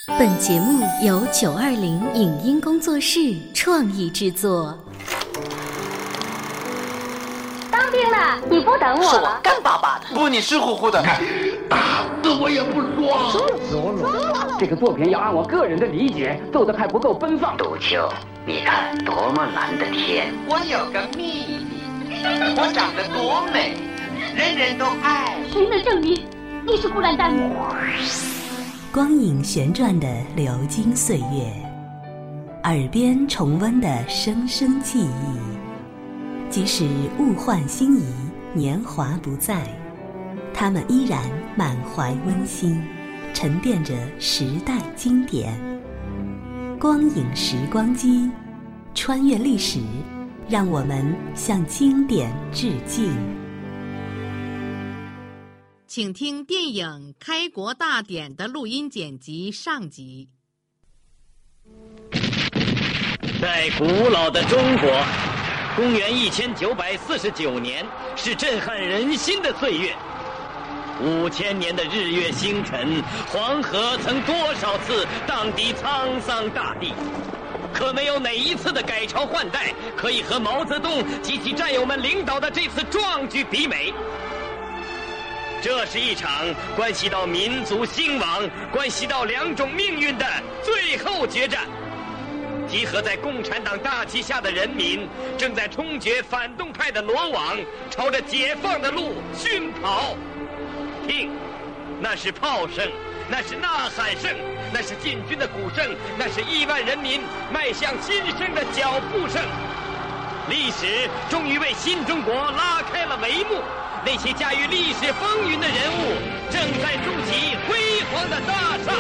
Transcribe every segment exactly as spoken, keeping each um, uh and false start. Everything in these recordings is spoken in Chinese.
本节目由九二零影音工作室创意制作。 当兵了，你不等我了？ 是我干巴巴的， 不，你湿乎乎的。 打死我也不说。 说说说，这个作品要按我个人的理解做得还不够奔放。 杜秋，你看多么蓝的天！ 我有个秘密，我长得多美，人人都爱。 谁能证明你是孤兰丹母？ 光影旋转的流金岁月，耳边重温的声声记忆，即使物换星移，年华不在，他们依然满怀温馨，沉淀着时代经典。光影时光机，穿越历史，让我们向经典致敬。 请听电影《开国大典》的录音剪辑上集。 在古老的中国，公元一千九百四十九年是震撼人心的岁月。五千年的日月星辰，黄河曾多少次荡涤沧桑大地，可没有哪一次的改朝换代可以和毛泽东及其战友们领导的这次壮举媲美。这是一场关系到民族兴亡、关系到两种命运的最后决战。集合在共产党大旗下的人民，正在冲决反动派的罗网，朝着解放的路迅跑。听，那是炮声，那是呐喊声，那是进军的鼓声，那是亿万人民迈向新生的脚步声。历史终于为新中国拉开了帷幕。那些驾驭历史风云的人物，正在筑起辉煌的大厦。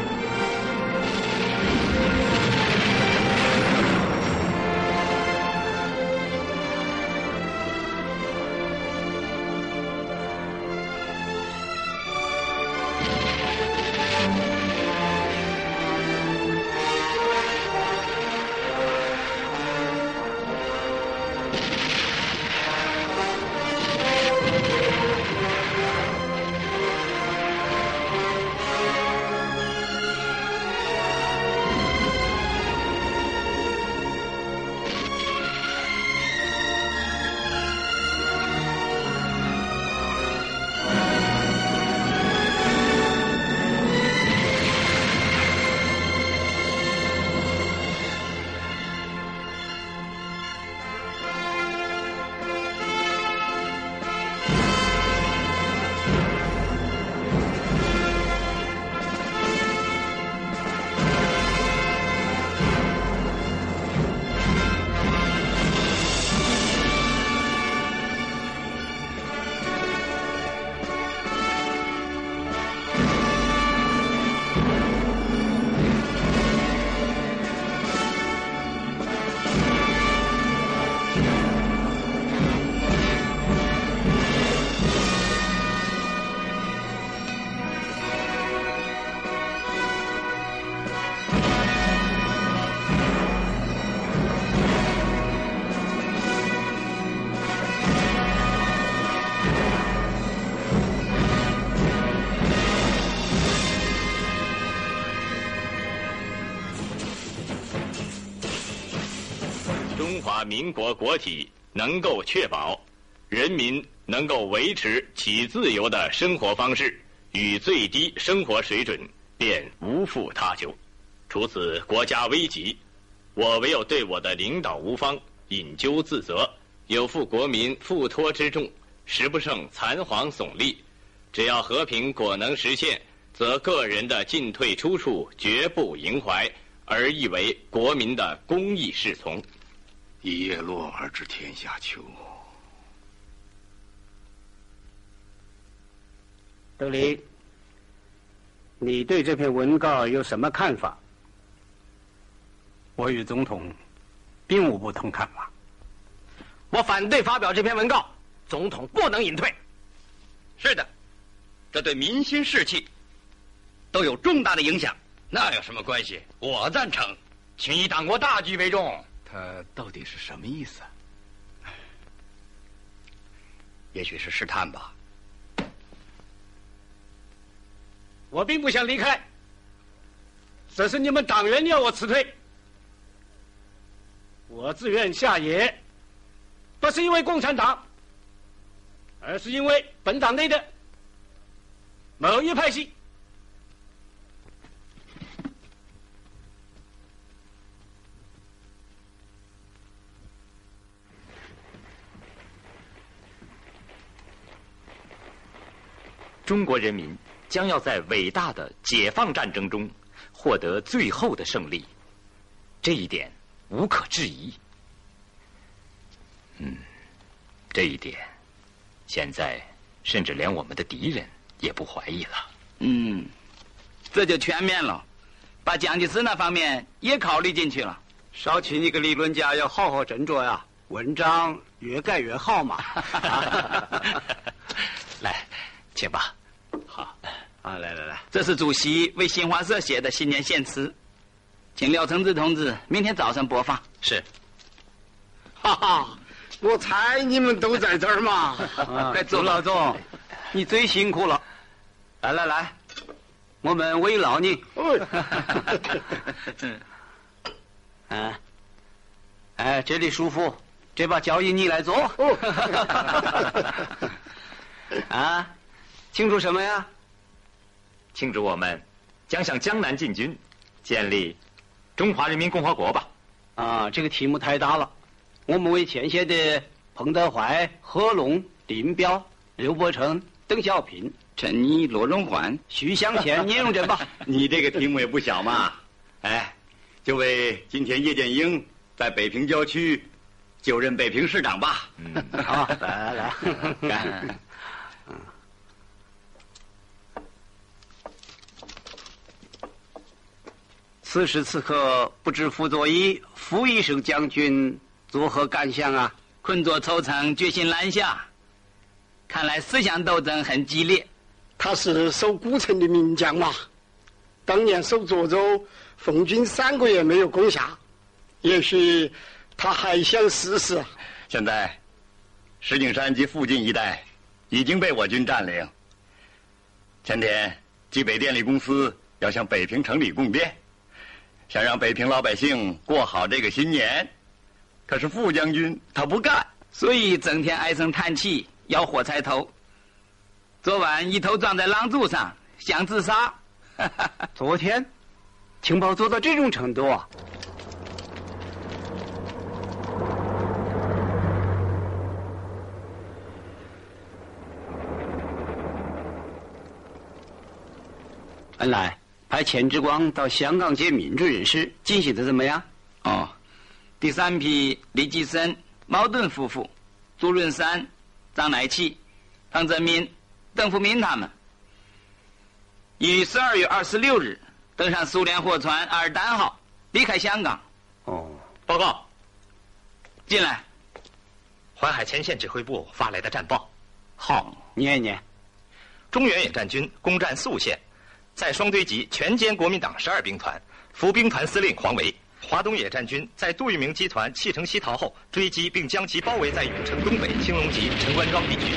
中华民国国体能够确保人民能够维持其自由的生活方式与最低生活水准，便无复他求。除此国家危急，我唯有对我的领导无方引咎自责，有负国民付托之重，实不胜残黄耸立。只要和平果能实现，则个人的进退出处绝不萦怀，而亦为国民的公义侍从。 一叶落而知天下秋。 邓林，你对这篇文告有什么看法？ 我与总统并无不同看法。 我反对发表这篇文告，总统不能隐退。 是的，这对民心士气都有重大的影响。 那有什么关系？我赞成，请以党国大局为重。 他到底是什么意思？ 也许是试探吧。 我并不想离开， 这是你们党员要我辞退。我自愿下野，不是因为共产党，而是因为本党内的某一派系。 中国人民将要在伟大的解放战争中获得最后的胜利，这一点无可置疑。嗯，这一点，现在甚至连我们的敌人也不怀疑了。 嗯，这就全面了，把蒋介石那方面也考虑进去了。 少卿一个理论家要好好斟酌呀，文章越盖越好嘛。 来，请吧。 好， 啊，来来来， 这是主席为新华社写的新年献词，请廖承志同志明天早上播放。 是。 哈哈，我猜你们都在这儿嘛。 快走，老总，你最辛苦了。来来来，我们慰劳你。嗯，哎，这里舒服，这把交椅你来坐。啊。庆祝什么呀？ 庆祝我们将向江南进军，建立中华人民共和国吧。 啊，这个题目太大了，我们为前线的彭德怀、贺龙、林彪、刘伯承、邓小平、 陈毅、罗荣桓、 徐向前念用着吧。 你这个题目也不小嘛，哎，就为今天叶剑英在北平郊区就任北平市长吧。 嗯，好，来来来。此时此刻，不知傅作义、傅医生将军作何感想啊？ 困作愁城，决心南下，看来思想斗争很激烈。 他是守古城的名将嘛，当年守涿州，奉军三个月没有攻下，也许他还想试试。 现在，石景山及附近一带已经被我军占领。前天，冀北电力公司要向北平城里供电。想让北平老百姓过好这个新年，可是傅将军他不干， 所以整天唉声叹气，要火柴头。昨晚一头撞在廊柱上，想自杀。 昨天，情报做到这种程度啊！恩来。派钱志光到香港接民主人士，进行的怎么样？ 哦，第三批李济深、茅盾夫妇、朱润山、张乃器、彭泽民、邓福民他们，于十二月二十六日登上苏联货船阿尔丹号，离开香港。 哦， 报告， 进来。 淮海前线指挥部发来的战报。 好，念一念。 中原野战军攻占宿县。在双堆集全歼国民党十二兵团，副兵团司令黄维。华东野战军在杜聿明集团弃城西逃后，追击并将其包围在永城东北青龙集陈官庄地区。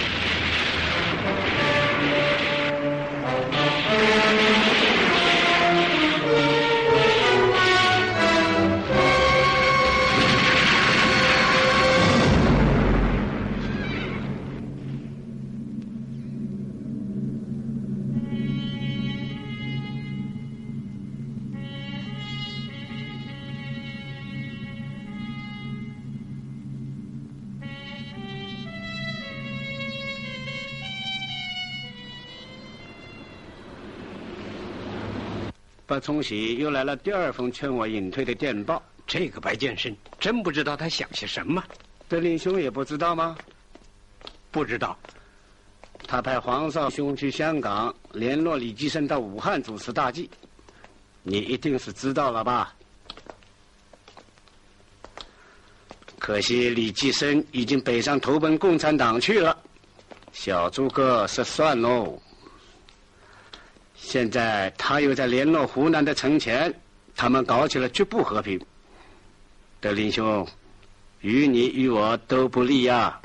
白崇禧又来了第二封劝我隐退的电报。 这个白建生真不知道他想些什么。 德林兄也不知道吗？ 不知道。 他派黄绍兄去香港联络李济深到武汉主持大计，你一定是知道了吧？可惜李济深已经北上投奔共产党去了，小诸葛失算喽。现在他又在联络湖南的陈潜，他们搞起了局部和平。德林兄，于你于我都不利呀。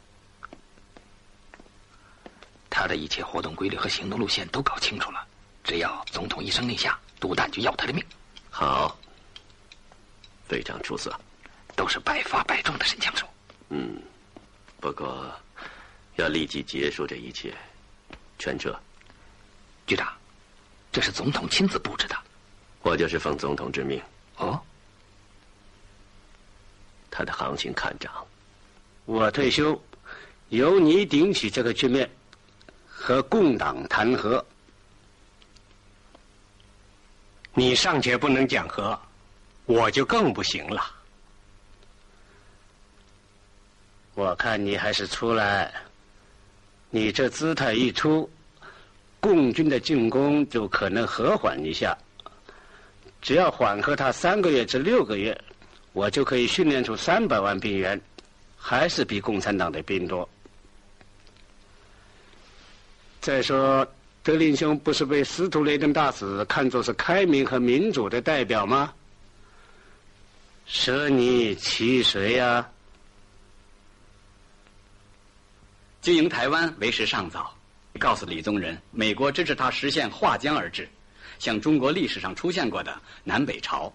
他的一切活动规律和行动路线都搞清楚了， 只要总统一声令下，毒弹就要他的命。 好，非常出色， 都是百发百中的神枪手。 嗯，不过要立即结束这一切，全撤。 局长，这是总统亲自布置的。 我就是奉总统之命。 哦， 他的航行看涨。 我退休，由你顶起这个局面，和共党谈和。 你尚且不能讲和，我就更不行了。 我看你还是出来，你这姿态一出，共军的进攻就可能和缓一下。只要缓和他三个月至六个月，我就可以训练出三百万兵员，还是比共产党的兵多。再说，德林兄不是被司徒雷登大使看作是开明和民主的代表吗？舍你其谁呀、啊？ 经营台湾为时尚早，告诉李宗仁，美国支持他实现划江而治，像中国历史上出现过的南北朝。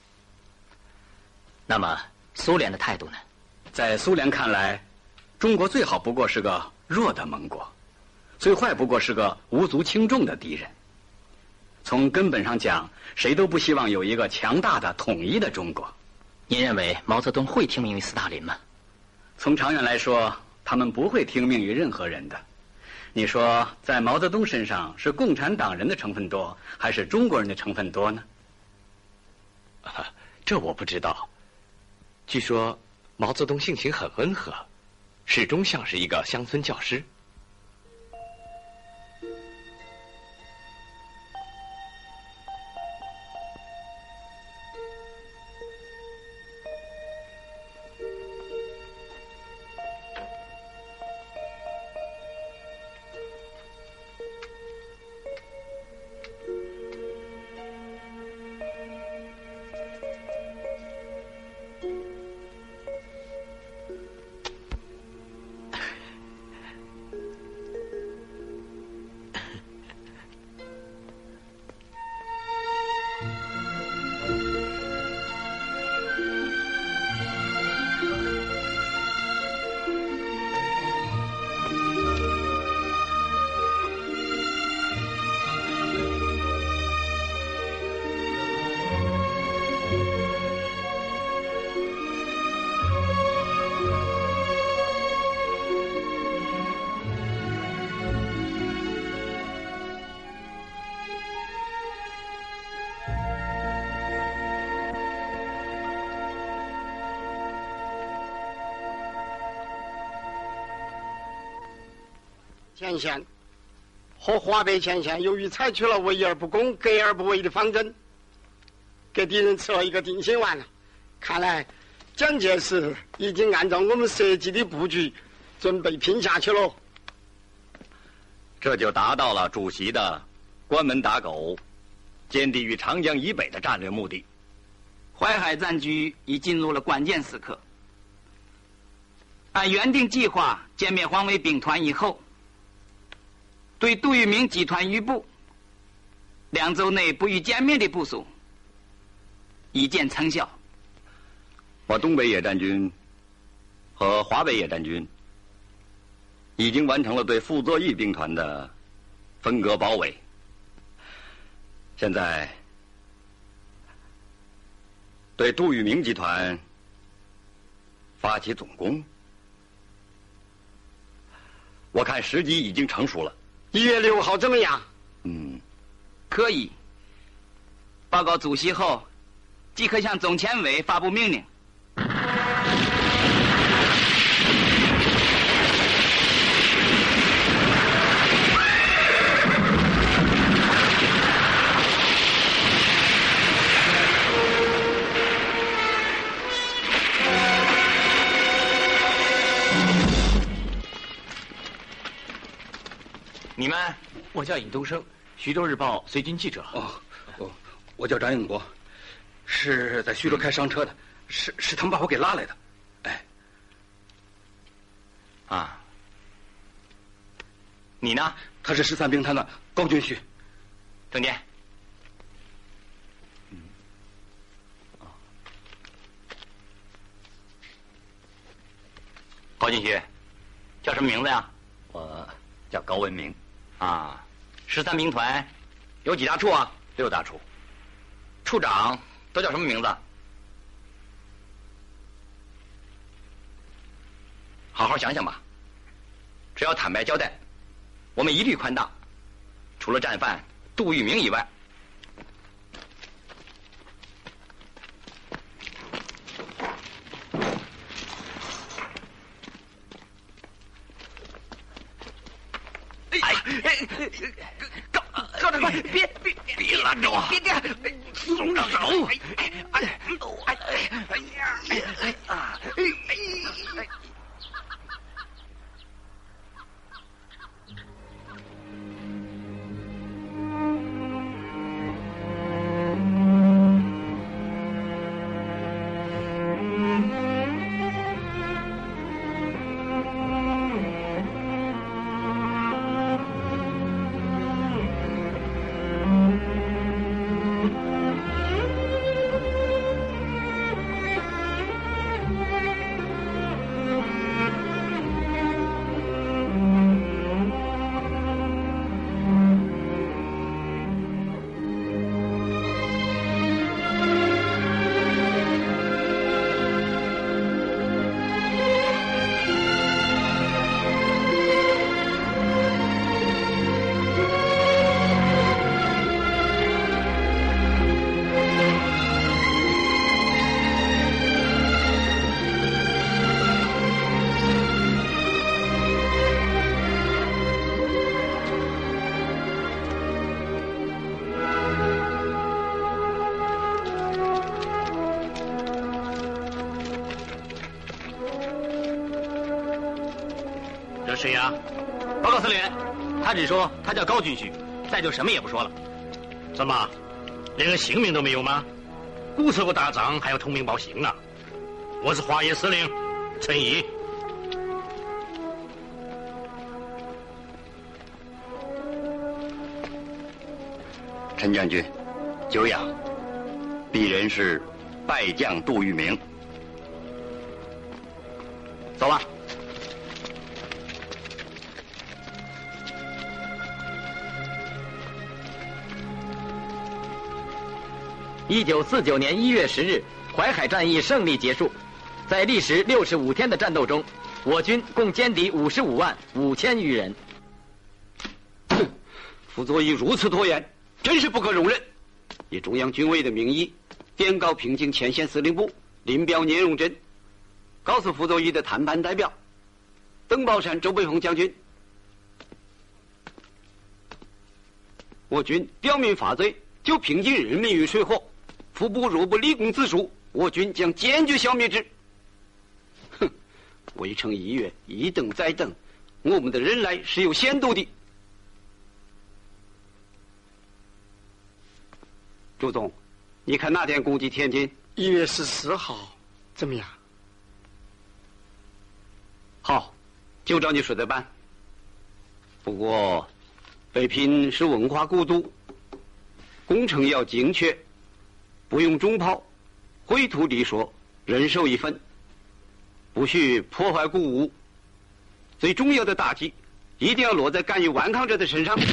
那么苏联的态度呢？ 在苏联看来，中国最好不过是个弱的盟国，最坏不过是个无足轻重的敌人。从根本上讲，谁都不希望有一个强大的统一的中国。 您认为毛泽东会听命于斯大林吗？ 从长远来说，他们不会听命于任何人的。你说，在毛泽东身上是共产党人的成分多，还是中国人的成分多呢？ 啊，这我不知道。据说毛泽东性情很温和，始终像是一个乡村教师。 前线和华北前线由于采取了围而不攻、隔而不围的方针，给敌人吃了一个定心丸了。看来蒋介石已经按照我们设计的布局准备拼下去了。 这就达到了主席的关门打狗、歼敌于长江以北的战略目的。 淮海战局已进入了关键时刻。按原定计划歼灭黄维兵团以后，对杜聿明集团余部两周内不予歼灭的部署已见成效。 我东北野战军和华北野战军已经完成了对傅作义兵团的分割包围，现在对杜聿明集团发起总攻，我看时机已经成熟了。 一月六号怎么样？ 嗯， 可以。报告主席后，即可向总前委发布命令。 你们，我叫尹东升，徐州日报随军记者。 哦，哦，我叫张应国，是在徐州开商车的，是是他们把我给拉来的。哎， 啊，你呢？ 他是十三兵团的高军旭。 郑健。高进旭，叫什么名字呀？ 我叫高文明。 啊，十三兵团有几大处啊？ 六大处。 处长都叫什么名字？好好想想吧。只要坦白交代，我们一律宽大。除了战犯杜聿明以外， 高高长官，别别别拦着我！别这样，松着手！哎哎哎哎哎呀！哎啊！哎哎！ 谁呀？报告司令员，他只说他叫高军旭，再就什么也不说了。 怎么，连个姓名都没有吗？古时候打仗还要通名报姓呢。我是华野司令陈毅。 陈将军，久仰。鄙人是败将杜聿明。 走吧。一九四九年一月十日，淮海战役胜利结束。在历时六十五天的战斗中，我军共歼敌五十五万五千余人。 哼，傅作义如此拖延，真是不可容忍。以中央军委的名义，电告平津前线司令部林彪、聂荣臻，告诉傅作义的谈判代表邓宝山、周北红将军，我军表明发罪，就平津人民于水火。腹部若不立功自赎，我军将坚决消灭之。哼，围城一月，一等再等，我们的忍耐是有限度的。朱总，你看哪天攻击天津？ 一月十四号，怎么样？ 好，就照你说的办。不过，北平是文化古都，工程要精确。不用重炮，绘图力说，人手一份，不许破坏古物。最重要的打击，一定要落在敢于顽抗者的身上。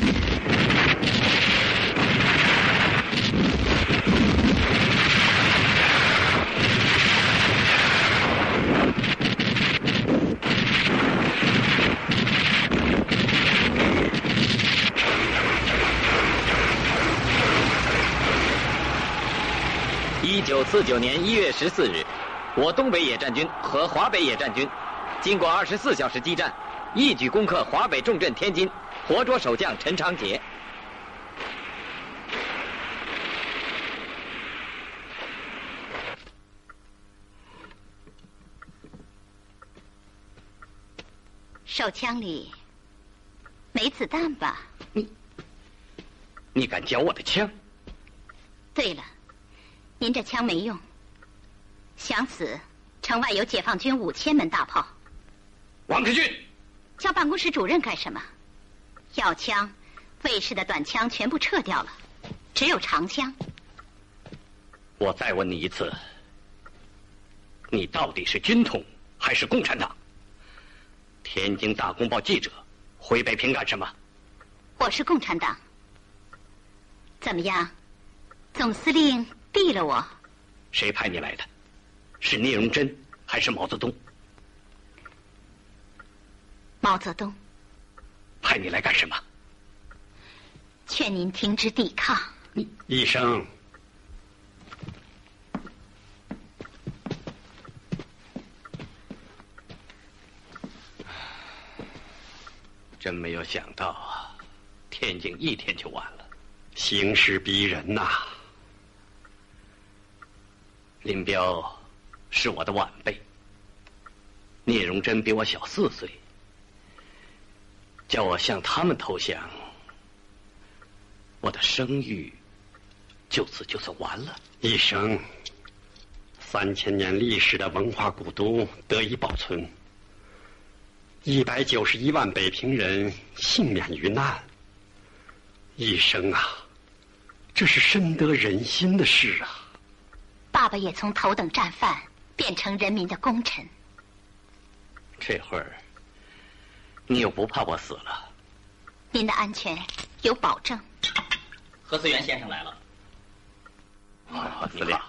一九四九年一月十四日，我东北野战军和华北野战军经过二十四小时激战，一举攻克华北重镇天津，活捉守将陈长捷。 手枪里没子弹吧？ 你你敢缴我的枪？ 对了。您这枪没用，想死，城外有解放军五千门大炮。 王克俊， 叫办公室主任干什么？要枪， 卫士的短枪全部撤掉了，只有长枪。 我再问你一次，你到底是军统还是共产党？天津大公报记者回北平干什么？ 我是共产党。怎么样？总司令毙了我？ 谁派你来的？是聂荣臻还是毛泽东？ 毛泽东。 派你来干什么？ 劝您停止抵抗。 医生， 真没有想到啊，天津一天就完了。 形势逼人呐、啊！ 林彪是我的晚辈，聂荣臻比我小四岁，叫我向他们投降，我的声誉就此就算完了。 医生，三千年历史的文化古都得以保存，一百九十一万北平人幸免于难。医生啊，这是深得人心的事啊！ 爸爸也从头等战犯变成人民的功臣。 这会儿，你又不怕我死了？ 您的安全有保证。 何思源先生来了。 啊，司令。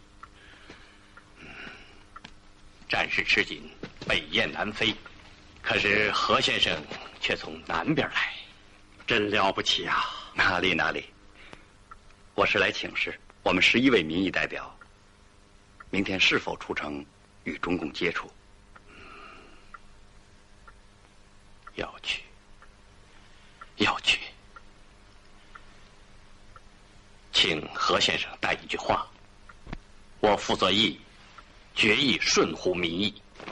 战事吃紧，北雁南飞，可是何先生却从南边来， 真了不起啊！ 哪里哪里，我是来请示我们十一位民意代表，明天是否出城与中共接触？ 要去，要去，请何先生带一句话：我傅作义决意顺乎民意。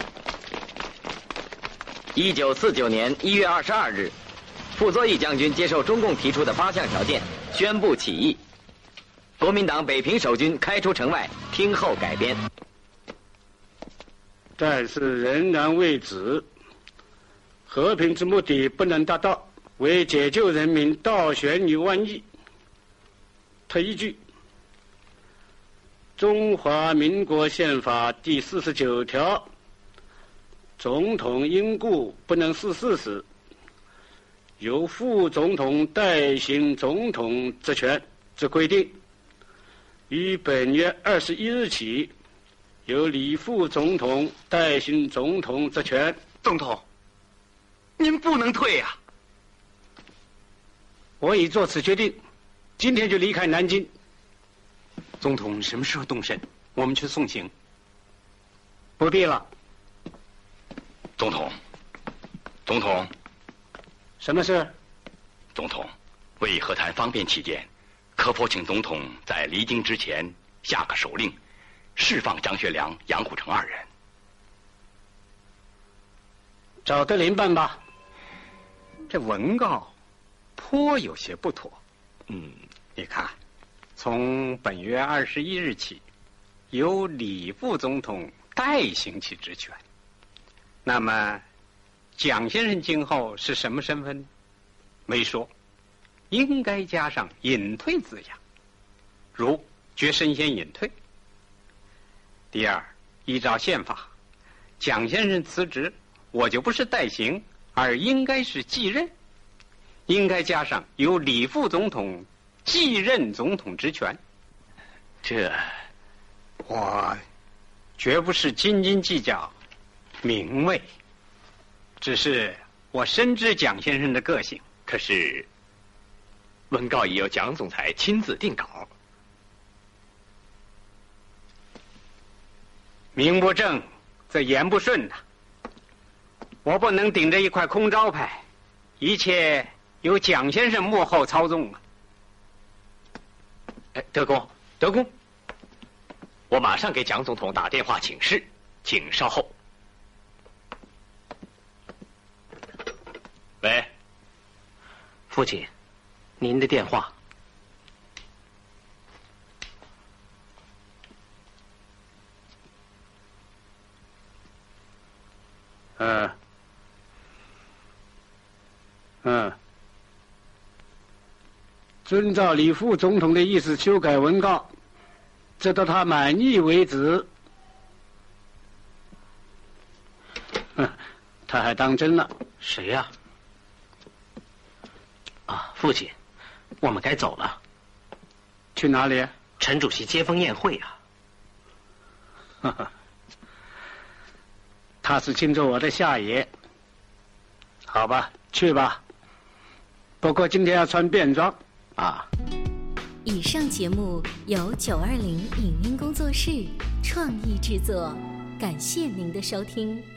一九四九年一月二十二日，傅作义将军接受中共提出的八项条件，宣布起义。国民党北平守军开出城外，听候改编。 但是仍然未止，和平之目的不能达到，为解救人民倒悬一万亿。特一句：中华民国宪法第四十九条，总统因故不能逝世时，由副总统代行总统职权之规定，于本月二十一日起，由李副总统代行总统职权。 总统，您不能退呀、啊！ 我已做此决定，今天就离开南京。 总统什么时候动身？我们去送行。 不必了。 总统，总统， 什么事？ 总统，为和谈方便起见，可否请总统在离京之前下个手令，释放张学良、杨虎城二人？ 找德林办吧。 这文告颇有些不妥。 嗯， 你看，从本月二十一日起，由李副总统代行其职权。那么，蒋先生今后是什么身份？没说，应该加上隐退字样，如决身先隐退。第二，依照宪法，蒋先生辞职，我就不是代行，而应该是继任，应该加上由李副总统继任总统职权。 这， 我绝不是斤斤计较名位，只是我深知蒋先生的个性。 可是，文告已由蒋总裁亲自定稿。 名不正则言不顺呐、啊，我不能顶着一块空招牌，一切由蒋先生幕后操纵啊！ 哎，德公，德公，我马上给蒋总统打电话请示，请稍后。喂， 父亲，您的电话。 嗯，嗯， 遵照李副总统的意思修改文告，直到他满意为止。哼，他还当真了。 谁呀、啊？啊，父亲，我们该走了。 去哪里？ 陈主席接风宴会啊。 哈哈，他是钦做我的下野。好吧，去吧。不过今天要穿便装啊。 以上节目由九二零影音工作室创意制作，感谢您的收听。